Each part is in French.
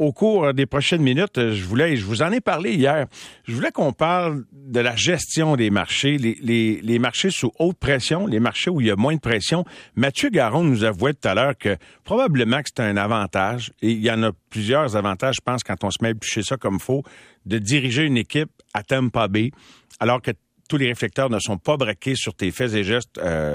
au cours des prochaines minutes, je vous en ai parlé hier, je voulais qu'on parle de la gestion des marchés, les marchés sous haute pression, les marchés où il y a moins de pression. Mathieu Garon nous avouait tout à l'heure que probablement que c'est un avantage, et il y en a plusieurs avantages, je pense, quand on se met à éplucher ça comme il faut, de diriger une équipe à Tampa Bay, alors que tous les réflecteurs ne sont pas braqués sur tes faits et gestes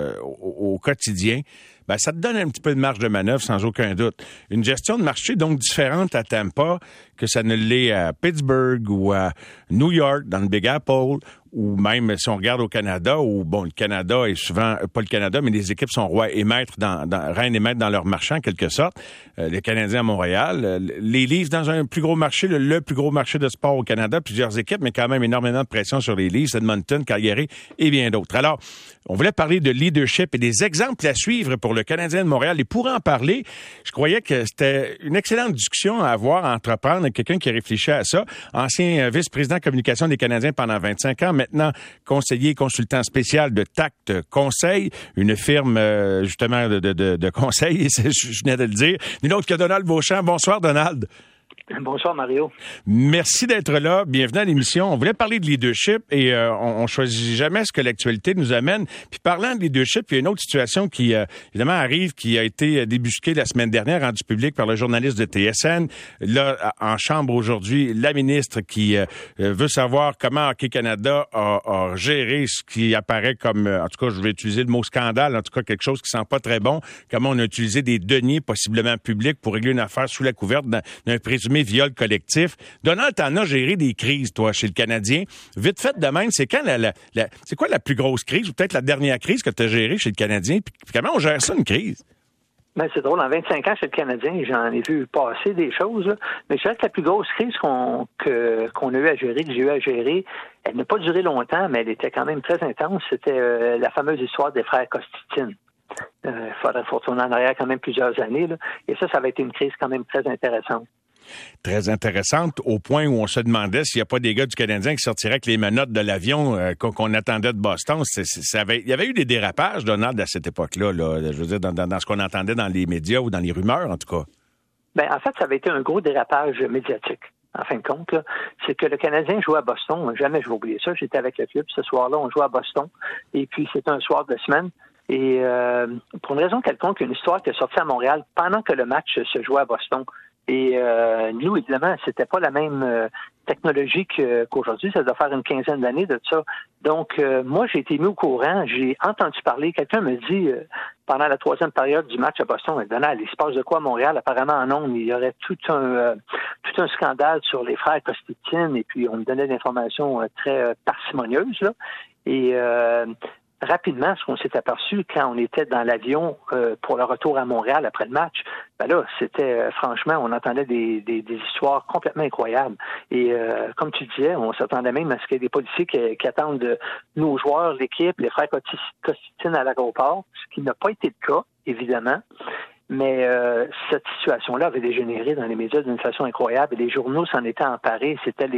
au quotidien. Ben, ça te donne un petit peu de marge de manœuvre, sans aucun doute. Une gestion de marché donc différente à Tampa que ça ne l'est à Pittsburgh ou à New York, dans le Big Apple, ou même si on regarde au Canada, où, bon, le Canada est souvent, pas le Canada, mais les équipes sont rois et maîtres reines et maîtres dans leur marché, en quelque sorte. Les Canadiens à Montréal, les Leafs dans un plus gros marché, le plus gros marché de sport au Canada, plusieurs équipes, mais quand même énormément de pression sur les Leafs, Edmonton, Calgary et bien d'autres. Alors, on voulait parler de leadership et des exemples à suivre pour le Canadien de Montréal. Et pour en parler, je croyais que c'était une excellente discussion à avoir, à entreprendre avec quelqu'un qui réfléchit à ça. Ancien vice-président communication des Canadiens pendant 25 ans, maintenant conseiller et consultant spécial de Tact Conseil, une firme justement de conseil, je venais de le dire. Nul autre que Donald Beauchamp. Bonsoir, Donald. Bonsoir, Mario. Merci d'être là. Bienvenue à l'émission. On voulait parler de leadership et on choisit jamais ce que l'actualité nous amène. Puis parlant de leadership, il y a une autre situation qui, évidemment, arrive, qui a été débusquée la semaine dernière, rendue publique par le journaliste de TSN. Là, en chambre aujourd'hui, la ministre qui veut savoir comment Hockey Canada a géré ce qui apparaît comme, en tout cas, je vais utiliser le mot scandale, en tout cas quelque chose qui sent pas très bon, comment on a utilisé des deniers possiblement publics pour régler une affaire sous la couverte d'un présumé viol collectif. Donald, t'en as géré des crises, toi, chez le Canadien. Vite fait de même, c'est quand c'est quoi la plus grosse crise, ou peut-être la dernière crise que tu as gérée chez le Canadien? Puis comment on gère ça, une crise? Ben, c'est drôle, en 25 ans chez le Canadien, j'en ai vu passer des choses, là. Mais je dirais que la plus grosse crise qu'on a eu à gérer, que j'ai eu à gérer, elle n'a pas duré longtemps, mais elle était quand même très intense. C'était la fameuse histoire des frères Costitine. Il faudrait retourner en arrière quand même plusieurs années, là. Et ça avait été une crise quand même très intéressante. Très intéressante, au point où on se demandait s'il n'y a pas des gars du Canadien qui sortiraient avec les menottes de l'avion qu'on attendait de Boston. Il y avait eu des dérapages, Donald, à cette époque-là, là, je veux dire, dans ce qu'on entendait dans les médias ou dans les rumeurs, en tout cas. Ben, en fait, ça avait été un gros dérapage médiatique. En fin de compte, là, c'est que le Canadien jouait à Boston. Jamais je vais oublier ça. J'étais avec le club ce soir-là. On jouait à Boston. Et puis, c'était un soir de semaine. Et pour une raison quelconque, une histoire qui est sortie à Montréal pendant que le match se jouait à Boston. Et nous, évidemment, c'était pas la même technologie qu'aujourd'hui. Ça doit faire une quinzaine d'années de ça. Donc, moi, j'ai été mis au courant. J'ai entendu parler. Quelqu'un me dit, pendant la troisième période du match à Boston, Donald, il se passe de quoi à Montréal? Apparemment, en ondes, il y aurait tout un scandale sur les frères Costitine. Et puis, on me donnait des informations très parcimonieuses, là. Et rapidement, ce qu'on s'est aperçu quand on était dans l'avion pour le retour à Montréal après le match, ben là, c'était franchement, on entendait des histoires complètement incroyables. Et comme tu disais, on s'attendait même à ce qu'il y ait des policiers qui attendent de nos joueurs, l'équipe, les frères Costitine à l'aéroport, ce qui n'a pas été le cas, évidemment. Mais cette situation-là avait dégénéré dans les médias d'une façon incroyable et les journaux s'en étaient emparés. C'était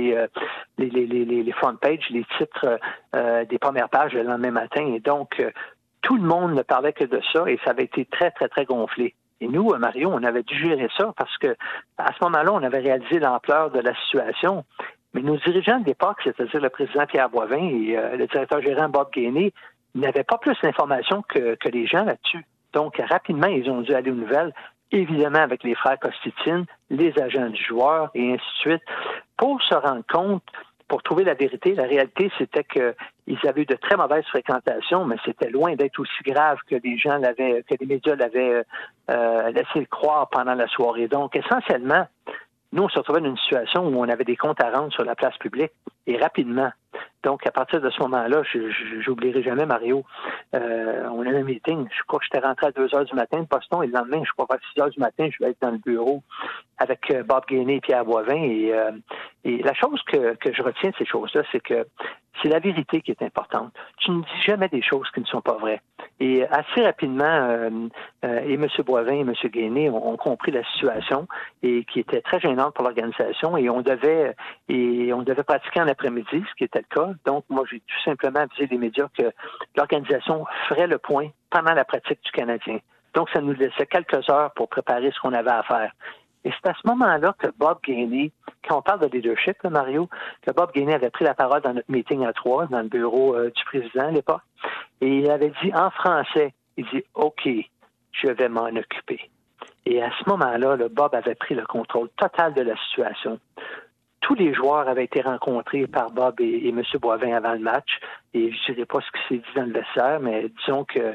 les front pages, les titres des premières pages le lendemain matin. Et donc, tout le monde ne parlait que de ça et ça avait été très, très, très gonflé. Et nous, Mario, on avait dû gérer ça parce que à ce moment-là, on avait réalisé l'ampleur de la situation. Mais nos dirigeants de l'époque, c'est-à-dire le président Pierre Boivin et le directeur gérant Bob Gainey, n'avaient pas plus d'informations que les gens là-dessus. Donc, rapidement, ils ont dû aller aux nouvelles, évidemment avec les frères Costitine, les agents du joueur, et ainsi de suite, pour se rendre compte, pour trouver la vérité. La réalité, c'était qu'ils avaient eu de très mauvaises fréquentations, mais c'était loin d'être aussi grave que les médias l'avaient laissé le croire pendant la soirée. Donc, essentiellement, nous, on se retrouvait dans une situation où on avait des comptes à rendre sur la place publique, et rapidement. Donc, à partir de ce moment-là, j'oublierai jamais, Mario, on a eu un meeting, je crois que j'étais rentré à 2 heures du matin de Boston, et le lendemain, je crois qu'à 6 heures du matin, je vais être dans le bureau avec Bob Gainey et Pierre Boivin. Et la chose que je retiens de ces choses-là, c'est que c'est la vérité qui est importante. Tu ne dis jamais des choses qui ne sont pas vraies. Et assez rapidement, et M. Boivin et M. Gainey ont compris la situation et qui était très gênante pour l'organisation et on devait pratiquer en après-midi, ce qui était le cas. Donc, moi, j'ai tout simplement avisé les médias que l'organisation ferait le point pendant la pratique du Canadien. Donc, ça nous laissait quelques heures pour préparer ce qu'on avait à faire. Et c'est à ce moment-là que Bob Gainey, quand on parle de leadership, là, Mario, que Bob Gainey avait pris la parole dans notre meeting à 3, dans le bureau du président à l'époque, et il avait dit en français, il dit « OK, je vais m'en occuper ». Et à ce moment-là, Bob avait pris le contrôle total de la situation. Tous les joueurs avaient été rencontrés par Bob et M. Boivin avant le match. Et je ne dirais pas ce qui s'est dit dans le vestiaire, mais disons que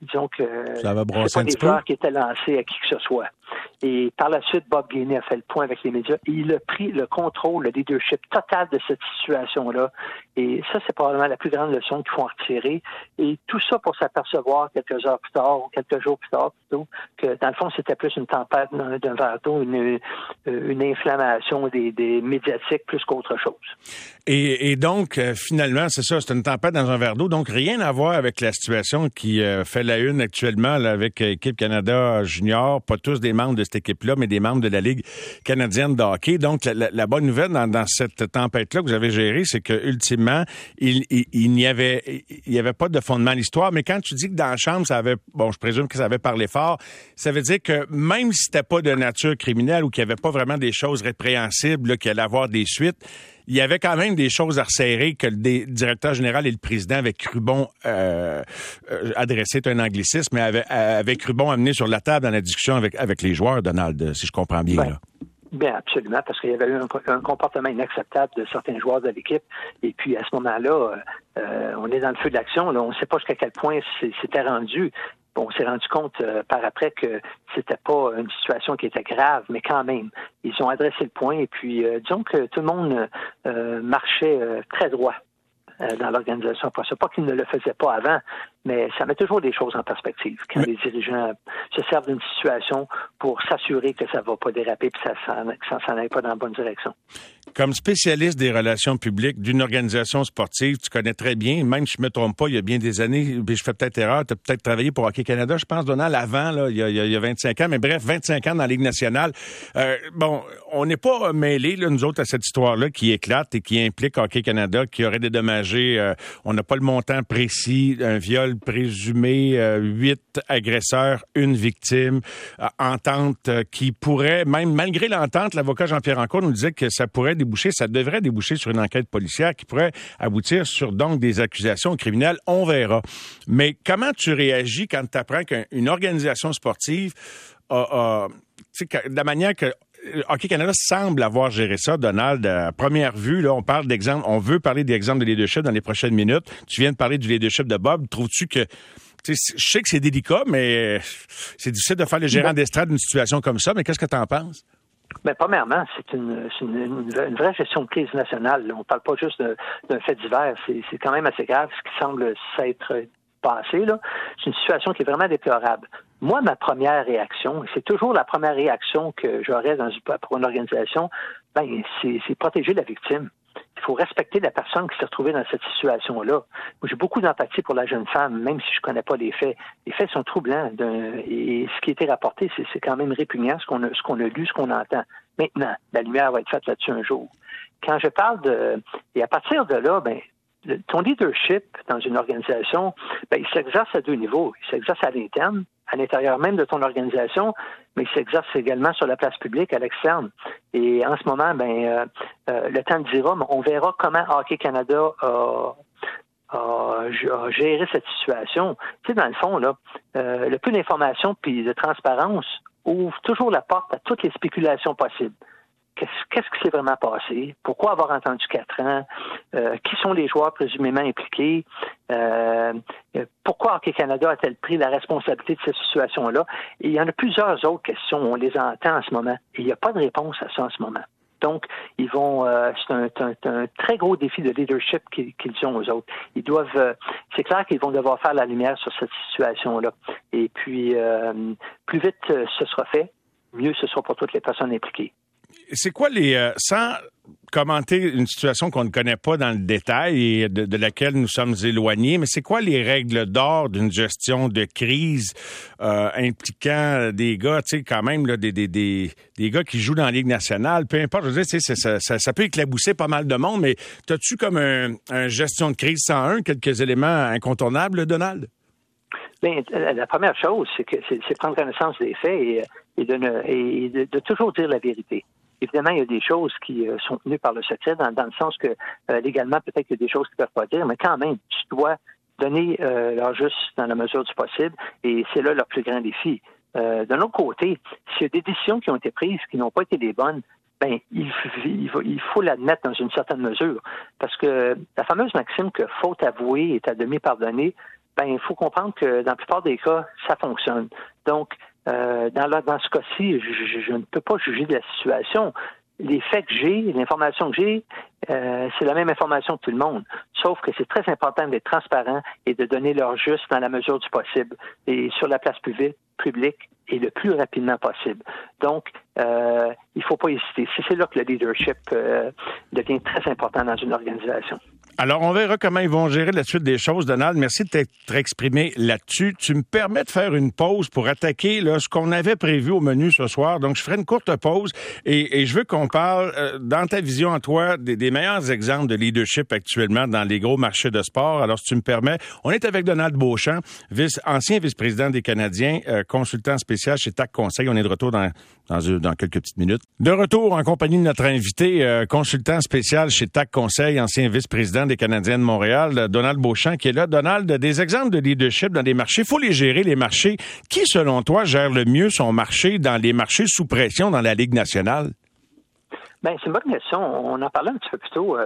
ça va brasser c'est pas un petit des fleurs peu qui étaient lancées à qui que ce soit. Et par la suite, Bob Gainey a fait le point avec les médias et il a pris le contrôle, le leadership total de cette situation-là. Et ça, c'est probablement la plus grande leçon qu'il faut en retirer. Et tout ça pour s'apercevoir quelques heures plus tard, ou quelques jours plus tard plutôt, que dans le fond, c'était plus une tempête d'un verre d'eau, une inflammation des médiatiques plus qu'autre chose. Et donc, finalement, c'est ça, c'est une tempête dans un verre d'eau. Donc, rien à voir avec la situation qui fait la une actuellement là, avec Équipe Canada Junior. Pas tous des membres de cette équipe-là, mais des membres de la Ligue canadienne de hockey. Donc, la bonne nouvelle dans cette tempête-là que vous avez gérée, c'est que ultimement, il n'y avait pas de fondement à l'histoire. Mais quand tu dis que dans la chambre, ça avait, bon, je présume que ça avait parlé fort, ça veut dire que même si c'était pas de nature criminelle ou qu'il n'y avait pas vraiment des choses répréhensibles, là, qu'il allait avoir des suites, il y avait quand même des choses à resserrer que le directeur général et le président avaient cru bon adresser, c'est un anglicisme, mais avaient cru bon amener sur la table dans la discussion avec les joueurs, Donald, si je comprends bien. Là. Bien, absolument, parce qu'il y avait eu un comportement inacceptable de certains joueurs de l'équipe. Et puis, à ce moment-là, on est dans le feu de l'action. Là, on ne sait pas jusqu'à quel point c'était rendu. Bon, on s'est rendu compte par après que c'était pas une situation qui était grave, mais quand même, ils ont adressé le point et puis disons que tout le monde marchait très droit dans l'organisation. Pas qu'ils ne le faisaient pas avant, mais ça met toujours des choses en perspective quand les dirigeants se servent d'une situation pour s'assurer que ça ne va pas déraper et que ça s'en aille pas dans la bonne direction. Comme spécialiste des relations publiques d'une organisation sportive, tu connais très bien, même si je ne me trompe pas, il y a bien des années, puis je fais peut-être erreur, tu as peut-être travaillé pour Hockey Canada, je pense, Donald, avant, là, il y a 25 ans, mais bref, 25 ans dans la Ligue nationale. Bon, on n'est pas mêlés, là, nous autres, à cette histoire-là qui éclate et qui implique Hockey Canada, qui aurait dédommagé, on n'a pas le montant précis, un viol présumé, 8 agresseurs, 1 victime, entente qui pourrait, même malgré l'entente, l'avocat Jean-Pierre Ancourt nous disait que ça devrait déboucher sur une enquête policière qui pourrait aboutir sur donc des accusations criminelles. On verra. Mais comment tu réagis quand tu apprends qu'une organisation sportive de la manière que Hockey Canada semble avoir géré ça, Donald, à première vue, là, on veut parler d'exemples de leadership dans les prochaines minutes. Tu viens de parler du leadership de Bob. Trouves-tu que, je sais que c'est délicat, mais c'est difficile de faire le gérant d'estrade d'une situation comme ça, mais qu'est-ce que tu en penses? Bien, premièrement, c'est une vraie gestion de crise nationale. Là. On ne parle pas juste d'un fait divers. C'est quand même assez grave ce qui semble s'être passé. Là. C'est une situation qui est vraiment déplorable. Moi, ma première réaction, et c'est toujours la première réaction que j'aurais pour une organisation, c'est protéger la victime. Il faut respecter la personne qui s'est retrouvée dans cette situation-là. Moi, j'ai beaucoup d'empathie pour la jeune femme, même si je ne connais pas les faits. Les faits sont troublants. Et ce qui a été rapporté, c'est quand même répugnant, ce qu'on a lu, ce qu'on entend. Maintenant, la lumière va être faite là-dessus un jour. Quand je parle et à partir de là, ton leadership dans une organisation, il s'exerce à 2 niveaux. Il s'exerce à l'interne, à l'intérieur même de ton organisation, mais il s'exerce également sur la place publique, à l'externe. Et en ce moment, le temps le dira, mais on verra comment Hockey Canada a géré cette situation. Tu sais, dans le fond, là, le peu d'informations puis de transparence ouvre toujours la porte à toutes les spéculations possibles. Qu'est-ce qui s'est vraiment passé? Pourquoi avoir entendu 4 ans? Qui sont les joueurs présumément impliqués? Pourquoi Hockey Canada a-t-elle pris la responsabilité de cette situation-là? Et il y en a plusieurs autres questions. On les entend en ce moment. Et il n'y a pas de réponse à ça en ce moment. Donc, ils vont. C'est un très gros défi de leadership qu'ils ont aux autres. Ils doivent. C'est clair qu'ils vont devoir faire la lumière sur cette situation-là. Et puis, plus vite ce sera fait, mieux ce sera pour toutes les personnes impliquées. C'est quoi sans commenter une situation qu'on ne connaît pas dans le détail et de laquelle nous sommes éloignés, mais c'est quoi les règles d'or d'une gestion de crise impliquant des gars, tu sais, quand même, là, des gars qui jouent dans la Ligue nationale, peu importe, je veux dire, ça peut éclabousser pas mal de monde, mais as-tu comme un gestion de crise 101, quelques éléments incontournables, Donald? Bien, la première chose, c'est prendre connaissance des faits et et de toujours dire la vérité. Évidemment, il y a des choses qui sont tenues par le secret, dans le sens que légalement, peut-être qu'il y a des choses qu'ils ne peuvent pas dire, mais quand même, tu dois donner leur juste dans la mesure du possible, et c'est là leur plus grand défi. D'un autre côté, s'il y a des décisions qui ont été prises qui n'ont pas été les bonnes, il faut l'admettre dans une certaine mesure. Parce que la fameuse maxime que faute avouée est à demi pardonnée, il faut comprendre que dans la plupart des cas, ça fonctionne. Donc, dans ce cas-ci, je ne peux pas juger de la situation. Les faits que j'ai, l'information que j'ai, c'est la même information que tout le monde. Sauf que c'est très important d'être transparent et de donner leur juste dans la mesure du possible et sur la place publique et le plus rapidement possible. Donc, il ne faut pas hésiter. C'est là que le leadership devient très important dans une organisation. Alors, on verra comment ils vont gérer la suite des choses. Donald, merci de t'être exprimé là-dessus. Tu me permets de faire une pause pour attaquer ce qu'on avait prévu au menu ce soir. Donc, je ferai une courte pause et je veux qu'on parle, dans ta vision à toi, des meilleurs exemples de leadership actuellement dans les gros marchés de sport. Alors, si tu me permets, on est avec Donald Beauchamp, ancien vice-président des Canadiens, consultant spécial chez TAC Conseil. On est de retour dans quelques petites minutes. De retour en compagnie de notre invité, consultant spécial chez TAC Conseil, ancien vice-président des Canadiens de Montréal, Donald Beauchamp, qui est là. Donald, des exemples de leadership dans des marchés. Il faut les gérer, les marchés. Qui, selon toi, gère le mieux son marché dans les marchés sous pression dans la Ligue nationale? C'est une bonne question. On en parlait un petit peu plus tôt.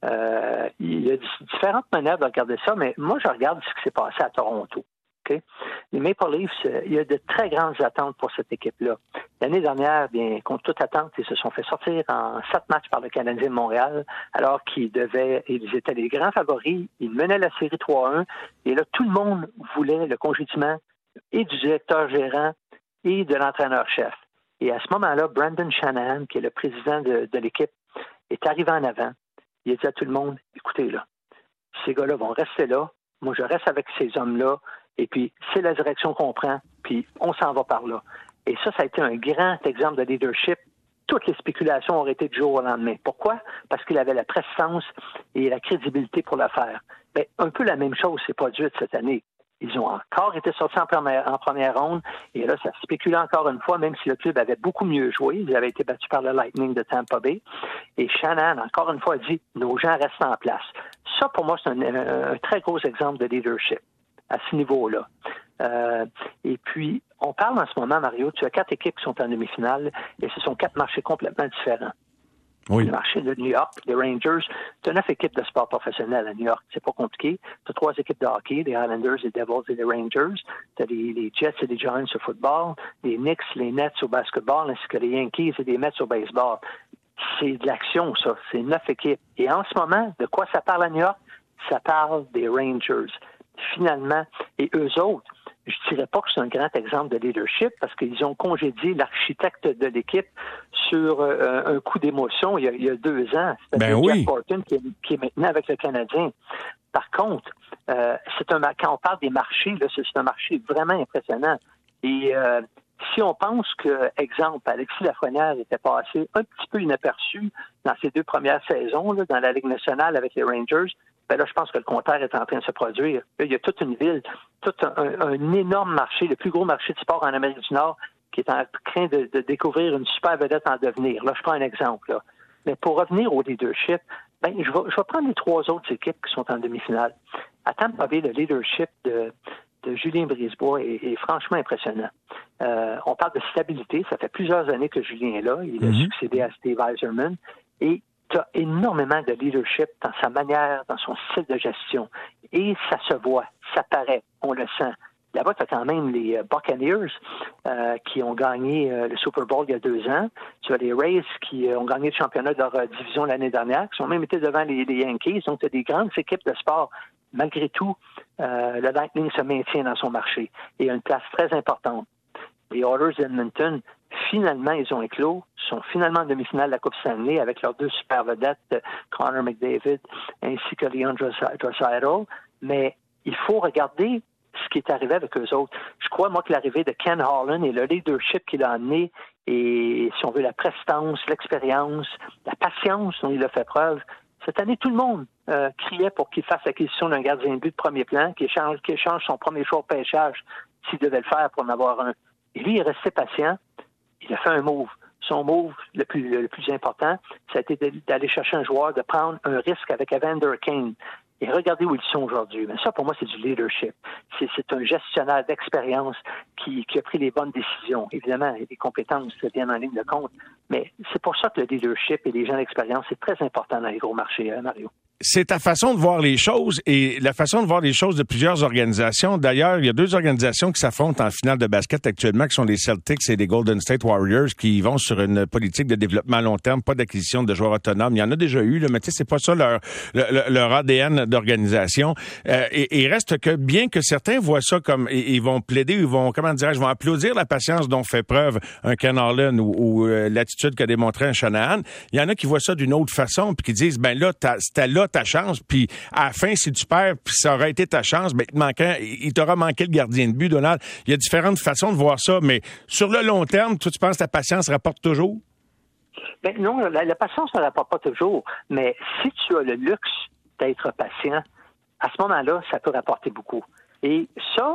Il y a différentes manières de regarder ça, mais moi, je regarde ce qui s'est passé à Toronto. Okay? Les Maple Leafs, il y a de très grandes attentes pour cette équipe-là. L'année dernière, contre toute attente, ils se sont fait sortir en 7 matchs par le Canadien de Montréal, alors ils étaient les grands favoris. Ils menaient la série 3-1. Et là, tout le monde voulait le congédiement et du directeur gérant et de l'entraîneur-chef. Et à ce moment-là, Brendan Shanahan, qui est le président de l'équipe, est arrivé en avant. Il a dit à tout le monde, écoutez, là, ces gars-là vont rester là. Moi, je reste avec ces hommes-là. Et puis, c'est la direction qu'on prend, puis on s'en va par là. Et ça a été un grand exemple de leadership. Toutes les spéculations auraient été du jour au lendemain. Pourquoi? Parce qu'il avait la prestance et la crédibilité pour le faire. Un peu la même chose s'est produite cette année. Ils ont encore été sortis en première ronde. Et là, ça spéculait encore une fois, même si le club avait beaucoup mieux joué. Ils avaient été battus par le Lightning de Tampa Bay. Et Shanahan, encore une fois, dit, nos gens restent en place. Ça, pour moi, c'est un très gros exemple de leadership à ce niveau-là. Et puis, on parle en ce moment, Mario, tu as 4 équipes qui sont en demi-finale et ce sont 4 marchés complètement différents. Oui. Le marché de New York, les Rangers, tu as 9 équipes de sport professionnel à New York. C'est pas compliqué. Tu as 3 équipes de hockey, les Islanders, les Devils et les Rangers. Tu as les Jets et les Giants au football, les Knicks, les Nets au basketball, ainsi que les Yankees et les Mets au baseball. C'est de l'action, ça. C'est 9 équipes. Et en ce moment, de quoi ça parle à New York? Ça parle des Rangers. Finalement, et eux autres, je ne dirais pas que c'est un grand exemple de leadership parce qu'ils ont congédié l'architecte de l'équipe sur un coup d'émotion il y a 2 ans. C'était Jack Thornton qui est maintenant avec le Canadien. Par contre, quand on parle des marchés, là, c'est un marché vraiment impressionnant. Et si on pense que, exemple, Alexis Lafrenière était passé un petit peu inaperçu dans ses 2 premières saisons là, dans la Ligue nationale avec les Rangers, là, je pense que le contraire est en train de se produire. Là, il y a toute une ville, tout un énorme marché, le plus gros marché de sport en Amérique du Nord, qui est en train de découvrir une super vedette en devenir. Là, je prends un exemple. Là. Mais pour revenir au leadership, je vais prendre les 3 autres équipes qui sont en demi-finale. À Tampa Bay, le leadership de Julien Brisebois est franchement impressionnant. On parle de stabilité. Ça fait plusieurs années que Julien est là. Il a succédé à Steve Yzerman. Et tu as énormément de leadership dans sa manière, dans son style de gestion. Et ça se voit, ça paraît, on le sent. Là-bas, tu as quand même les Buccaneers qui ont gagné le Super Bowl il y a 2 ans. Tu as les Rays qui ont gagné le championnat de leur division l'année dernière, qui ont même été devant les Yankees. Donc, tu as des grandes équipes de sport. Malgré tout, le Lightning se maintient dans son marché et a une place très importante. Les Oilers d'Edmonton, finalement, ils ont éclos, sont finalement en demi-finale de la Coupe Stanley avec leurs 2 super vedettes, Connor McDavid ainsi que Leon Draisaitl. Mais il faut regarder ce qui est arrivé avec eux autres. Je crois, moi, que l'arrivée de Ken Holland et le leadership qu'il a amené et, si on veut, la prestance, l'expérience, la patience dont il a fait preuve, cette année, tout le monde criait pour qu'il fasse l'acquisition d'un gardien de but de premier plan, qu'il échange son premier choix au pêchage s'il devait le faire pour en avoir un. Et lui, il est resté patient. il a fait un move. Son move le plus important, ça a été d'aller chercher un joueur, de prendre un risque avec Evander Kane. Et regardez où ils sont aujourd'hui. Mais ça, pour moi, c'est du leadership. C'est un gestionnaire d'expérience qui a pris les bonnes décisions. Évidemment, les compétences viennent en ligne de compte. Mais c'est pour ça que le leadership et les gens d'expérience, c'est très important dans les gros marchés, Mario. C'est ta façon de voir les choses et la façon de voir les choses de plusieurs organisations. D'ailleurs, il y a 2 organisations qui s'affrontent en finale de basket actuellement, qui sont les Celtics et les Golden State Warriors, qui vont sur une politique de développement à long terme, pas d'acquisition de joueurs autonomes. Il y en a déjà eu, là, mais tu sais, c'est pas ça leur ADN d'organisation. Et reste que, bien que certains voient ça comme, ils vont plaider, ils vont, comment dirais-je, vont applaudir la patience dont fait preuve un Ken Harlan ou l'attitude qu'a démontré un Shanahan, il y en a qui voient ça d'une autre façon, puis qui disent, ben là, c'était là ta chance, puis à la fin, si tu perds, puis ça aurait été ta chance, ben il t'aura manqué le gardien de but, Donald. Il y a différentes façons de voir ça, mais sur le long terme, toi, tu penses que ta patience rapporte toujours? Ben non, la patience ne rapporte pas toujours, mais si tu as le luxe d'être patient, à ce moment-là, ça peut rapporter beaucoup. Et ça,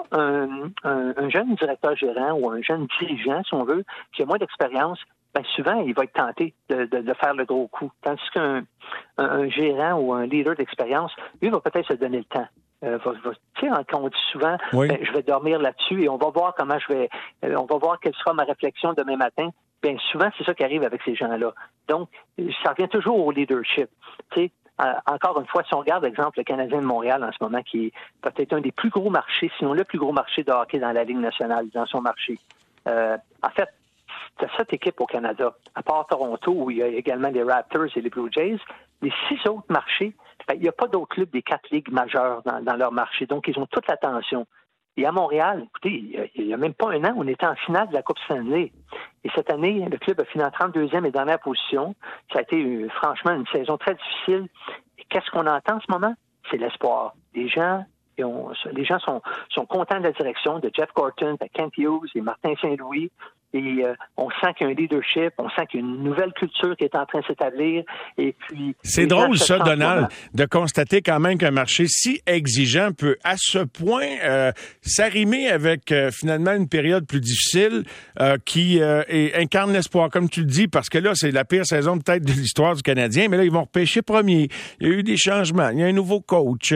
un jeune directeur gérant ou un jeune dirigeant, si on veut, qui a moins d'expérience, ben souvent, il va être tenté de faire le gros coup. Tandis qu'un gérant ou un leader d'expérience, lui, va peut-être se donner le temps. Tu sais, quand on dit souvent, oui. Je vais dormir là-dessus et on va voir comment on va voir quelle sera ma réflexion demain matin. Bien, souvent, c'est ça qui arrive avec ces gens-là. Donc, ça revient toujours au leadership. Tu sais, encore une fois, si on regarde, par exemple, le Canadien de Montréal en ce moment, qui est peut-être un des plus gros marchés, sinon le plus gros marché de hockey dans la Ligue nationale, dans son marché. En fait, c'est 7 équipes au Canada, à part Toronto, où il y a également les Raptors et les Blue Jays. Les 6 autres marchés, il n'y a pas d'autres clubs des 4 ligues majeures dans leur marché. Donc, ils ont toute l'attention. Et à Montréal, écoutez, il n'y a même pas un an, on était en finale de la Coupe Stanley. Et cette année, le club a fini en 32e et dernière position. Ça a été, franchement, une saison très difficile. Et qu'est-ce qu'on entend en ce moment? C'est l'espoir. Les gens sont contents de la direction de Jeff Gorton, de Kent Hughes et Martin Saint-Louis. Et on sent qu'il y a un leadership, on sent qu'il y a une nouvelle culture qui est en train de s'établir. Et puis, c'est drôle, ça, Donald, de constater quand même qu'un marché si exigeant peut à ce point s'arrimer avec finalement une période plus difficile qui incarne l'espoir, comme tu le dis, parce que là, c'est la pire saison peut-être de l'histoire du Canadien, mais là, ils vont repêcher premier. Il y a eu des changements, il y a un nouveau coach.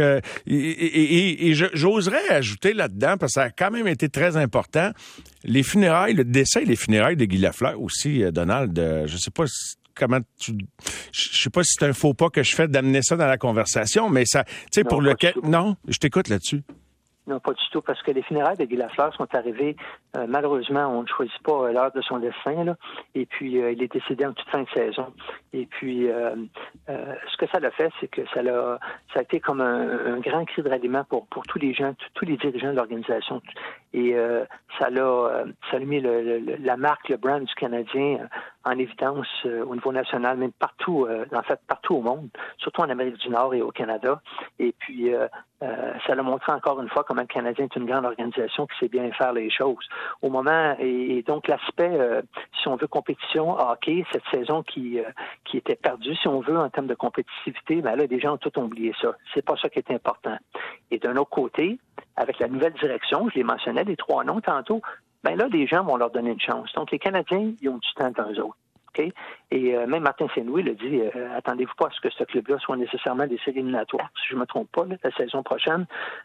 Et j'oserais ajouter là-dedans, parce que ça a quand même été très important, les funérailles, le décès et les funérailles de Guy Lafleur aussi, Donald, je sais pas je sais pas si c'est un faux pas que je fais d'amener ça dans la conversation, mais ça, tu sais, pour lequel... Non, je t'écoute là-dessus. Non, pas du tout, parce que les funérailles de Guy Lafleur sont arrivées, malheureusement, on ne choisit pas l'heure de son destin, là, et puis il est décédé en toute fin de saison. Et puis, ce que ça l'a fait, c'est que ça a été comme un grand cri de ralliement pour tous les gens, tous les dirigeants de l'organisation. Et ça a mis la marque, le brand du Canadien en évidence au niveau national, même partout, en fait, partout au monde, surtout en Amérique du Nord et au Canada. Et puis, ça l'a montré encore une fois comment le Canadien est une grande organisation qui sait bien faire les choses. Au moment, et donc l'aspect, si on veut, compétition, hockey, cette saison qui était perdue, si on veut, en termes de compétitivité, ben là, les gens ont tout oublié ça. C'est pas ça qui est important. Et d'un autre côté, avec la nouvelle direction, je les mentionnais, les 3 noms tantôt, ben là, les gens vont leur donner une chance. Donc, les Canadiens, ils ont du temps dans eux autres. Okay? Et même Martin Saint-Louis le dit, attendez-vous pas à ce que ce club-là soit nécessairement des séries éliminatoires. Si je ne me trompe pas, là, la saison prochaine,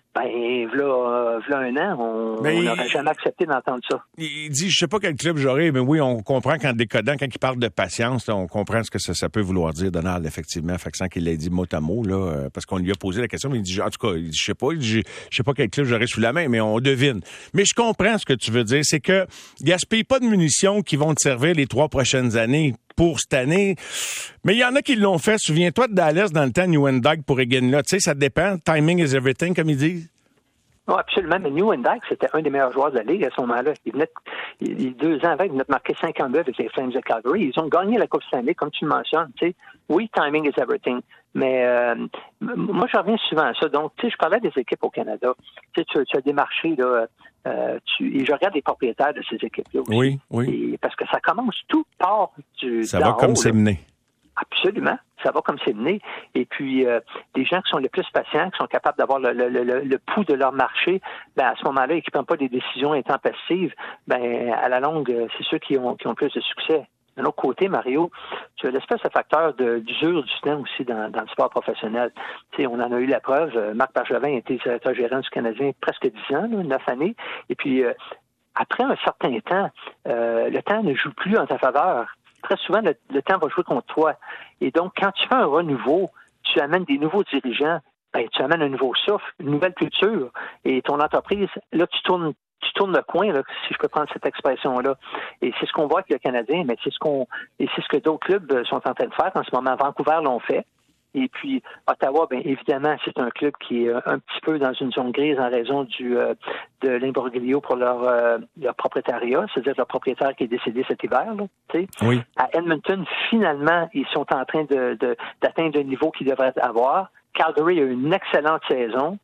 v'là un an, on n'aurait jamais accepté d'entendre ça. Il dit, je sais pas quel club j'aurais, mais oui, on comprend quand il parle de patience, là, on comprend ce que ça peut vouloir dire, Donald, effectivement, fait que sans qu'il l'ait dit mot à mot, là, parce qu'on lui a posé la question, mais il dit, en tout cas, je sais pas quel club j'aurais sous la main, mais on devine. Mais je comprends ce que tu veux dire, c'est que gaspille pas de munitions qui vont te servir les 3 prochaines années pour cette année. Mais il y en a qui l'ont fait. Souviens-toi de Dallas dans le temps, Nieuwendyk pour Egan-là. Tu sais, ça dépend. Timing is everything, comme ils disent. Non, absolument. Mais Nieuwendyk, c'était un des meilleurs joueurs de la Ligue à ce moment-là. Il 2 ans avant, il venait de marquer 50 buts avec les Flames de Calgary. Ils ont gagné la Coupe Stanley, comme tu le mentionnes. Tu sais. Oui, timing is everything. Mais moi, je reviens souvent à ça. Donc, tu sais, je parlais des équipes au Canada. Tu sais, tu as des marchés, là, et je regarde les propriétaires de ces équipes-là aussi. Oui. Et parce que ça commence, tout part du... Ça va comme c'est mené. Absolument. ça va comme c'est mené. Et puis, les gens qui sont les plus patients, qui sont capables d'avoir le pouls de leur marché, ben à ce moment-là, et qui ne prennent pas des décisions intempestives, ben à la longue, c'est ceux qui ont plus de succès. D'un autre côté, Mario, tu as l'espèce de facteur d'usure du temps aussi dans le sport professionnel. Tu sais, on en a eu la preuve. Marc Bergevin a été directeur gérant du Canadien presque 10 ans, 9 années. Et puis, après un certain temps, le temps ne joue plus en ta faveur. Très souvent, le temps va jouer contre toi. Et donc, quand tu fais un renouveau, tu amènes des nouveaux dirigeants, ben, tu amènes un nouveau souffle, une nouvelle culture. Et ton entreprise, là, tu tournes le coin, là, si je peux prendre cette expression-là. Et c'est ce qu'on voit avec le Canadien, mais c'est ce que d'autres clubs sont en train de faire en ce moment. Vancouver l'ont fait. Et puis, Ottawa, bien évidemment, c'est un club qui est un petit peu dans une zone grise en raison de l'imbroglio pour leur propriétariat, c'est-à-dire leur propriétaire qui est décédé cet hiver. Là, oui. À Edmonton, finalement, ils sont en train d'atteindre un niveau qu'ils devraient avoir. Calgary a eu une excellente saison.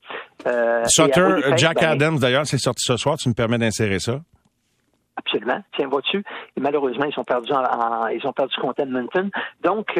Sutter, Jack Adams, d'ailleurs, c'est sorti ce soir. Tu me permets d'insérer ça? Absolument. Tiens, vois-tu? Et malheureusement, ils ont perdu contre Edmonton. Donc,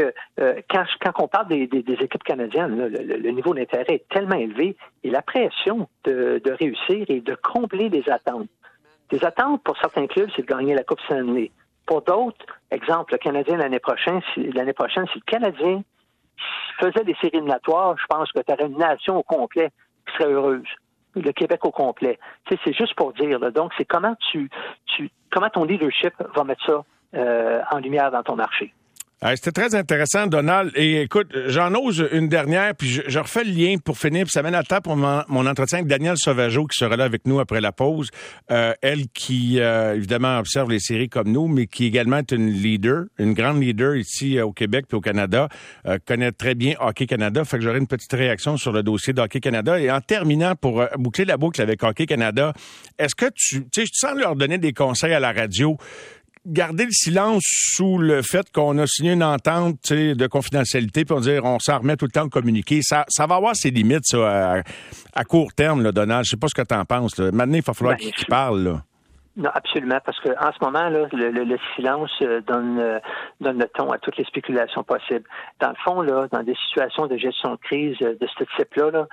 quand on parle des équipes canadiennes, là, le niveau d'intérêt est tellement élevé et la pression de réussir et de combler les attentes. Les attentes pour certains clubs, c'est de gagner la Coupe Stanley. Pour d'autres, exemple, le Canadien l'année prochaine, si le Canadien faisait des séries éliminatoires, je pense que tu aurais une nation au complet qui serait heureuse. Le Québec au complet. Tu sais, c'est juste pour dire. Là. Donc, c'est comment comment ton leadership va mettre ça en lumière dans ton marché. C'était très intéressant, Donald. Et écoute, j'en ose une dernière, puis je refais le lien pour finir, puis ça mène à temps pour mon entretien avec Danielle Sauvageau, qui sera là avec nous après la pause. Elle qui, évidemment, observe les séries comme nous, mais qui également est une grande leader ici au Québec puis au Canada, connaît très bien Hockey Canada. Fait que j'aurai une petite réaction sur le dossier d'Hockey Canada. Et en terminant, pour boucler la boucle avec Hockey Canada, est-ce que tu sens leur donner des conseils à la radio? Garder le silence sous le fait qu'on a signé une entente de confidentialité, puis on s'en remet tout le temps de communiquer. Ça va avoir ses limites, ça, à court terme, là, Donald. Je sais pas ce que tu en penses. Là. Maintenant, il va falloir qu'il parle, là. Non, absolument, parce que en ce moment, là, le silence donne le ton à toutes les spéculations possibles. Dans le fond, là, dans des situations de gestion de crise de ce type-là,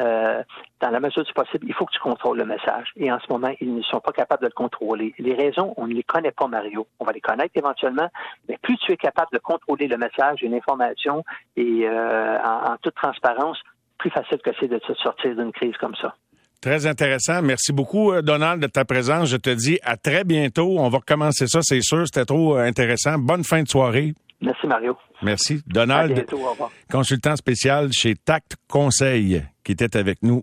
dans la mesure du possible, il faut que tu contrôles le message. Et en ce moment, ils ne sont pas capables de le contrôler. Les raisons, on ne les connaît pas, Mario. On va les connaître éventuellement, mais plus tu es capable de contrôler le message et l'information et en toute transparence, plus facile que c'est de te sortir d'une crise comme ça. Très intéressant. Merci beaucoup, Donald, de ta présence. Je te dis à très bientôt. On va recommencer ça, c'est sûr. C'était trop intéressant. Bonne fin de soirée. Merci, Mario. Merci. Donald, à bientôt, au revoir. Consultant spécial chez Tact Conseil, qui était avec nous